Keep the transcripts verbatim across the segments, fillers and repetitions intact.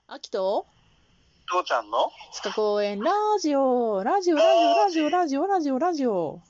あきと父ちゃんの地下公園ラジオラジオラジオラジオラジオラジオラジオお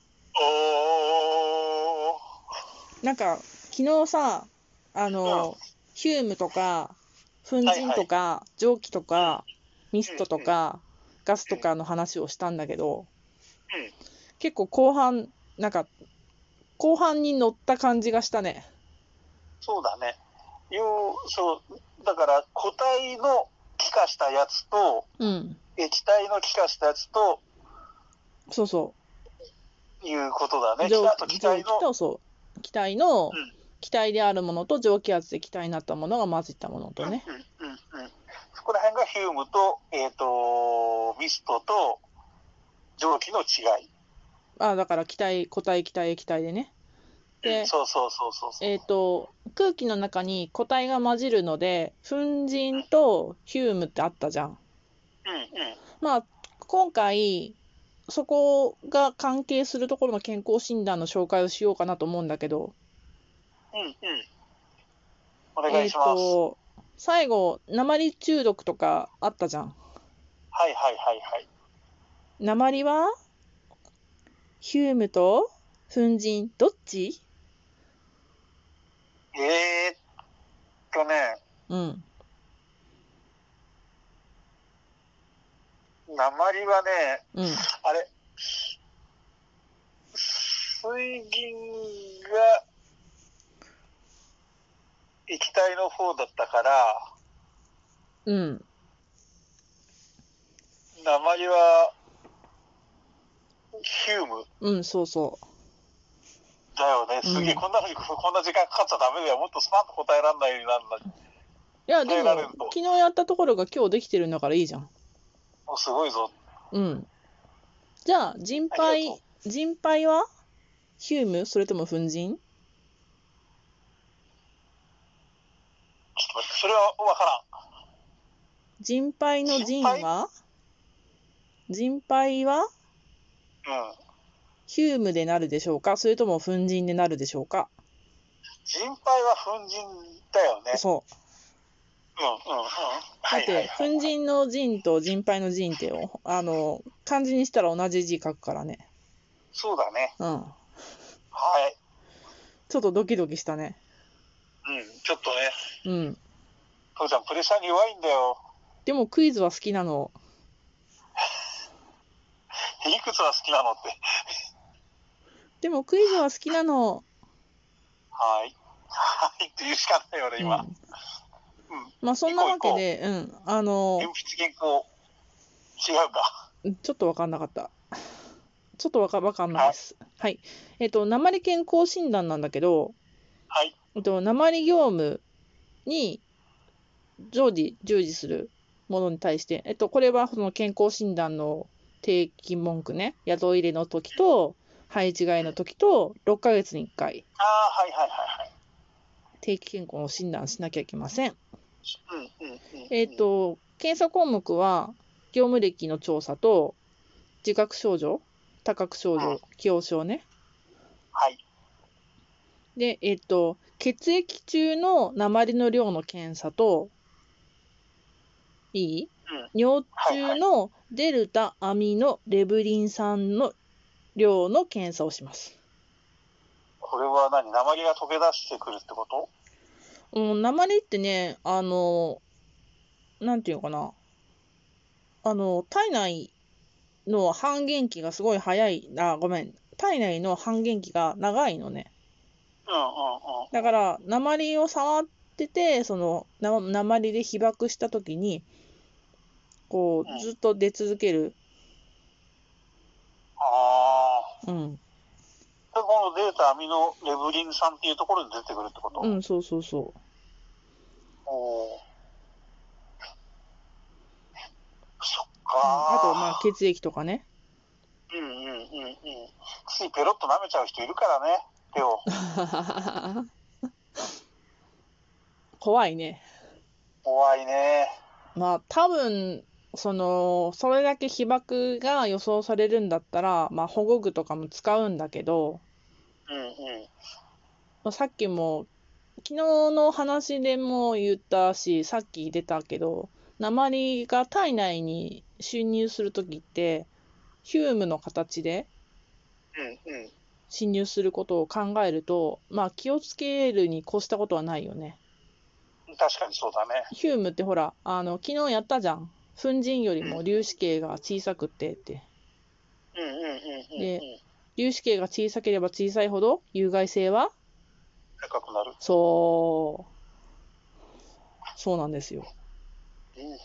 ーなんか昨日さあうんのヒュームとか粉塵とはいはいか蒸気とかミストとうんかガスとかの話をしたんだけど、 うん結構後半なんか後半に乗った感じがしたね。 そうだねようそうだから固体の気化したやつとうん液体の気化したやつとそうそいうことだう蒸ねあと気体蒸気のとそう気体のうん気体であるものと蒸気圧で気体になったものが混じったものとね。 うんうんうんうんそこら辺がヒュームとえっ、とミストと蒸気の違いあだから気体固体気体液体でね。で、 うんそうそうそうそうそうえっ、と空気の中に固体が混じるので粉塵とヒュームってあったじゃん。 うんうんまあ今回そこが関係するところの健康診断の紹介をしようかなと思うんだけど、 うんうんお願えっ、 いしますと最後鉛中毒とかあったじゃん。 はいはいはいはい鉛はヒュームと粉塵どっち？ えー、っとねうん鉛はねうんあれ水銀が液体の方だったからうん鉛はヒュームうんそうそだよね。すげえ、 うんこんなふうにこんな時間かかっちゃダメだよ。もっとスパンと答えられないようになるんだ。 う。いやで答えられるとも昨日やったところが今日できてるんだからいいじゃん。 もうすごいぞ。 うんじゃあ人ありがとう。 肺人肺はヒュームそれとも粉塵？ ちょっと待って、それはわから人肺のん。心配人は人肺はうん。 ヒュームでなるでしょうかそれとも粉塵でなるでしょうか？ 人肺は粉塵だよね。 そううんうんうん。 だはいってはいはい。 粉塵の塵と人肺の塵ってあの漢字にしたら同じ字書くからね。 そうだね。 うんはい。 ちょっとドキドキしたね。 うん。ちょっとね。 うん父ちゃんプレッシャーに弱いんだよ。 でもクイズは好きなの。 いくつは好きなのって。 でもクイズは好きなの。 はい。はいって言うしかないよね、今。 うんうん。 まあそんなわけでうんあの鉛筆原稿。違うか。 ちょっとわかんなかった。ちょっとわかわかんないはい。 です。はい。えっと、鉛健康診断なんだけど、 はい。 えっと、鉛業務に常時従事するものに対して、えっと、これはその健康診断の定期文句ね、宿入れの時と、配置換えの時と、ろっかげつにいっかい、 ああ、はいはいはいはい。 定期健康の診断しなきゃいけません。 うんうんうん、うん。 えっと、検査項目は、業務歴の調査と、自覚症状、多覚症状、既往症ね。 はい。 で、えっと、血液中の鉛の量の検査と、いいうん。 尿はいはい。 中のデルタアミノレブリン酸の量の検査をします。 これは何鉛が溶け出してくるってこと？ うん、鉛ってね、あの、なんていうのかな。あの、体内の半減期がすごい早い、あ、ごめん。体内の半減期が長いのね。 うんうんうん。 だから、鉛を触ってて、その、な鉛で被爆したときに、こう、 うん、 ずっと出続ける。 ああ。 うん。 で、このデータアミノレブリン酸っていうところで出てくるってこと？ うん、そうそうそう。 おお。そっうん、あと、まあ、 か血液とかね。 ー。うんうんうんうん。ついペロッと舐めちゃう人いるからね、手を。 怖いね。 怖いね。 まあ、多分、その、それだけ被爆が予想されるんだったら、まあ、保護具とかも使うんだけど、 うんうん。 まあ、さっきも、昨日の話でも言ったし、さっき出たけど、 鉛が体内に侵入するときって、ヒュームの形でうんうん。 侵入することを考えると、まあ気をつけるに越したことはないよね。 確かにそうだね。 ヒュームってほら、あの、昨日やったじゃん。粉塵よりも粒子径が小さくってって。 うんうんうんうんうん。 で粒子径が小さければ小さいほど有害性は高くなる。 そう。そうなんですよ。 うんうんうん。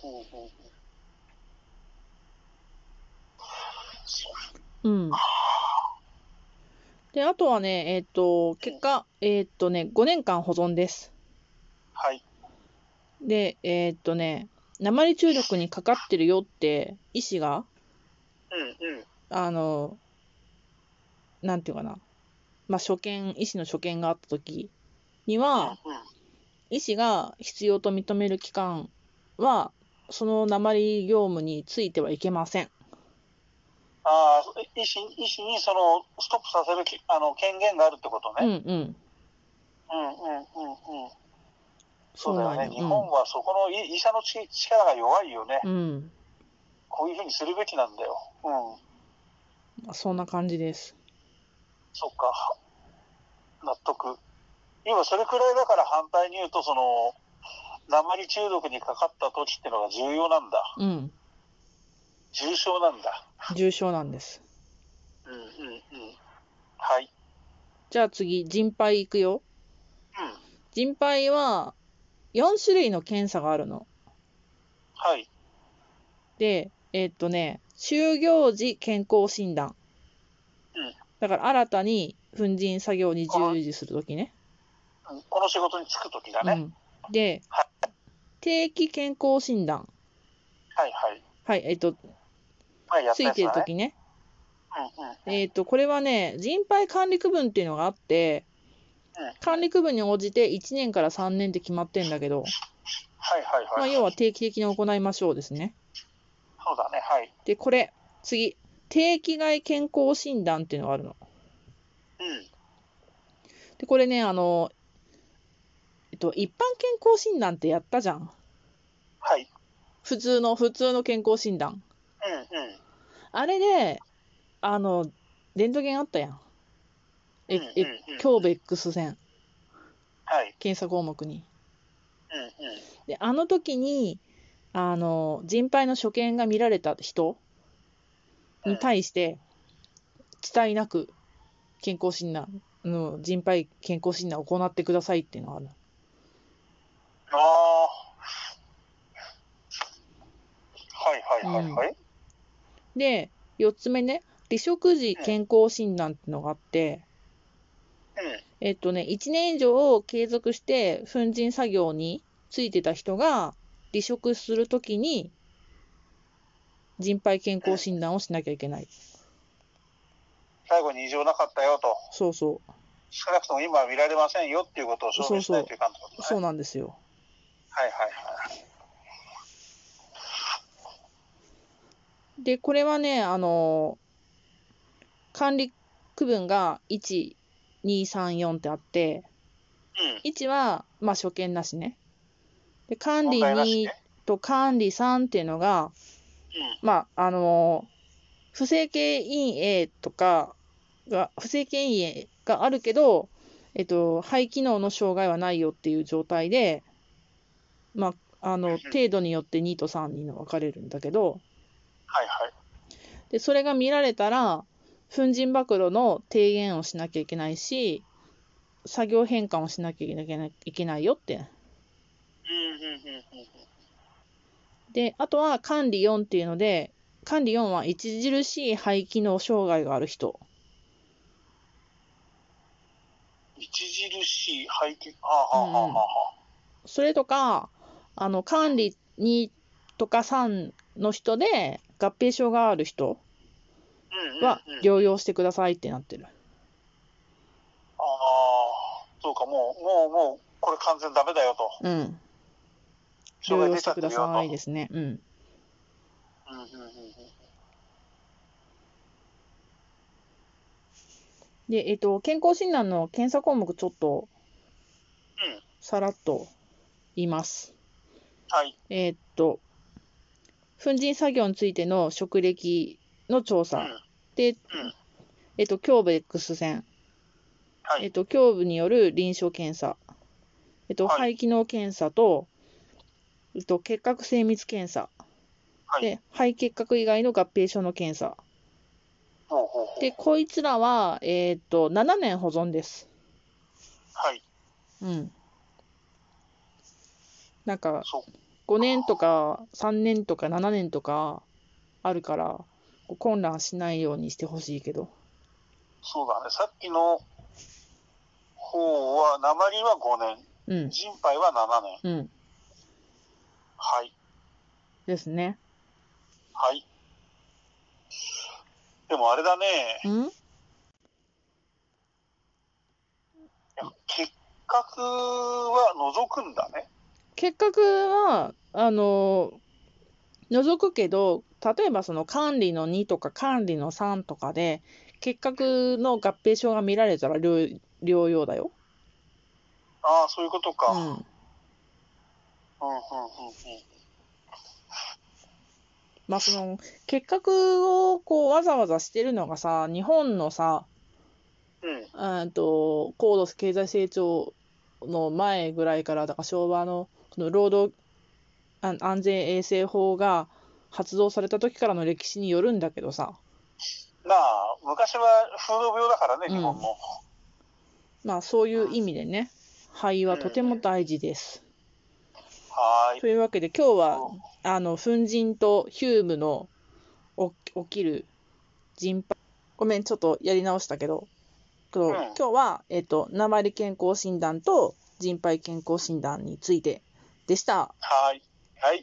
うん。で、あとはね、えっと、結果、えっとね、ごねんかん保存です。 はい。 で、えっとね、鉛中毒にかかってるよって医師が、 うんうん。 あの、なんていうかな、まあ、所見、医師の所見があった時には、 うんうん。 医師が必要と認める期間は、その鉛業務についてはいけません。 ああ、医師、医師にその、ストップさせるきあの権限があるってことね。 うんうん。 うんうんうんうん。 そそうだよね。 うなんよ。 日本はそこの医医者のち力が弱いよね。 うん。うん。 こういうふうにするべきなんだよ。うん。 そんな感じです。 そっか。納得。今それくらいだから反対に言うと、その、鉛中毒にかかった時ってのが重要なんだ。 うん。 重症なんだ。 重症なんです。 うんうんうん。はい。 じゃあ次、腎肺いくよ。 うん。 腎肺はよん種類の検査があるの。 はい。 で、えーっとね、就業時健康診断。 うん。 だから新たに粉塵作業に従事するときね。 うんこの仕事に就く時だね。 うん。で、 は定期健康診断。 はいはい。 はい、えーっと、 前やっついてたやつだね。 るときね。 うんうんうん。 えーっと、これはね、腎肺管理区分っていうのがあって、 うんうん。 管理区分に応じていちねんからさんねんって決まってんだけど、 はいはいまあ、 はい。 要は定期的に行いましょうですね。 そうだね。はい。 で、これ、次、定期外健康診断っていうのがあるの。 うん。 で、これね、あの、えっと、一般健康診断ってやったじゃん。 はい。 普通の、普通の健康診断。 うんうん。 あれで、あの、レントゲンあったやん。え、 うんうんえ、 うん。 胸部 X 線、 はい。 検査項目に。 うんうん。 で、あの時に、あの、腎肺の所見が見られた人に対して、遅滞なく健康診断の、腎肺健康診断を行ってくださいっていうのがある。 ああ。はいはいはいうん。 はい。 で、よっつめね、離職時うん健康診断ってのがあって、 うんえっとね、いちねん以上継続して粉塵作業についてた人が離職するときに腎肺健康診断をしなきゃいけない。 最後に異常なかったよと。 そうそう。 少なくとも今は見られませんよっていうことを証明しないといかんってことだね。 そうなんですよ。 はいはいはい。 で、これはね、あの、管理区分がいち、に、さん、よんってあって、 うん。 いちは、まあ、所見なしね。で、管問理に題なしね。 と管理さんっていうのが、 うん。 まあ、あの、不整形陰影とかが、不整形陰影があるけど、えっと、肺機能の障害はないよっていう状態で、まあ、あの、程度によってにとさんに分かれるんだけど、 はいはい。 で、それが見られたら、粉塵暴露の提言をしなきゃいけないし、作業変換をしなきゃいけないいけないよって。 うんうんうんうん。 で、あとは管理よんっていうので、管理よんは著しい肺機能障害がある人。 著しい背景。はあはあはあはあ。 それとか、あの、管理にとかさんの人で合併症がある人はうんうんうん。 療養してくださいってなってる。 ああ、そうか、もう、もう、もう、これ完全ダメだよと。 うん。療障害出ち養してくだゃってるよと。 さいですね。うん。 うんうんうんうん。 で、えっと、健康診断の検査項目ちょっとうん。 さらっと言います。 はい。 えっと、 粉塵作業についての職歴の調査。 うん。 で、 うん。 えっと、胸部 X 線。 はい。 えっと、胸部による臨床検査。えっと、 はい肺機能検査と、えっと、結核精密検査。 はい。 で、肺結核以外の合併症の検査。 ほうほうほう。 で、こいつらは、えっと、ななねん保存です。 はい。 うん。なんか、 そう。 ごねんとかさんねんとかななねんとかあるから、こう混乱しないようにしてほしいけど。 そうだね。さっきの方は、鉛はごねん。 うん。 人肺はななねん。 うん。 はい。 ですね。 はい。でもあれだね。 うん結核は除くんだね。 結核は、あの、除くけど、例えばその管理のにとか管理のさんとかで、結核の合併症が見られたら療療養だよ。 ああ、そういうことか。 うん。 うん、うん、うん、うん。 まあその、結核をこうわざわざしてるのがさ、日本のさ、 うん。 うんと高度経済成長の前ぐらいから、だから昭和のこの労働あ安全衛生法が発動された時からの歴史によるんだけどさ、 まあ、昔は風土病だからね、 うん日本も。 まあそういう意味でね、肺はとても大事です。 はーい。 というわけで今日はうんあの粉塵とヒュームの起きる腎肺、ごめんちょっとやり直したけど、けどうん今日は、えっと、鉛健康診断と腎肺健康診断についてでした。 はーい。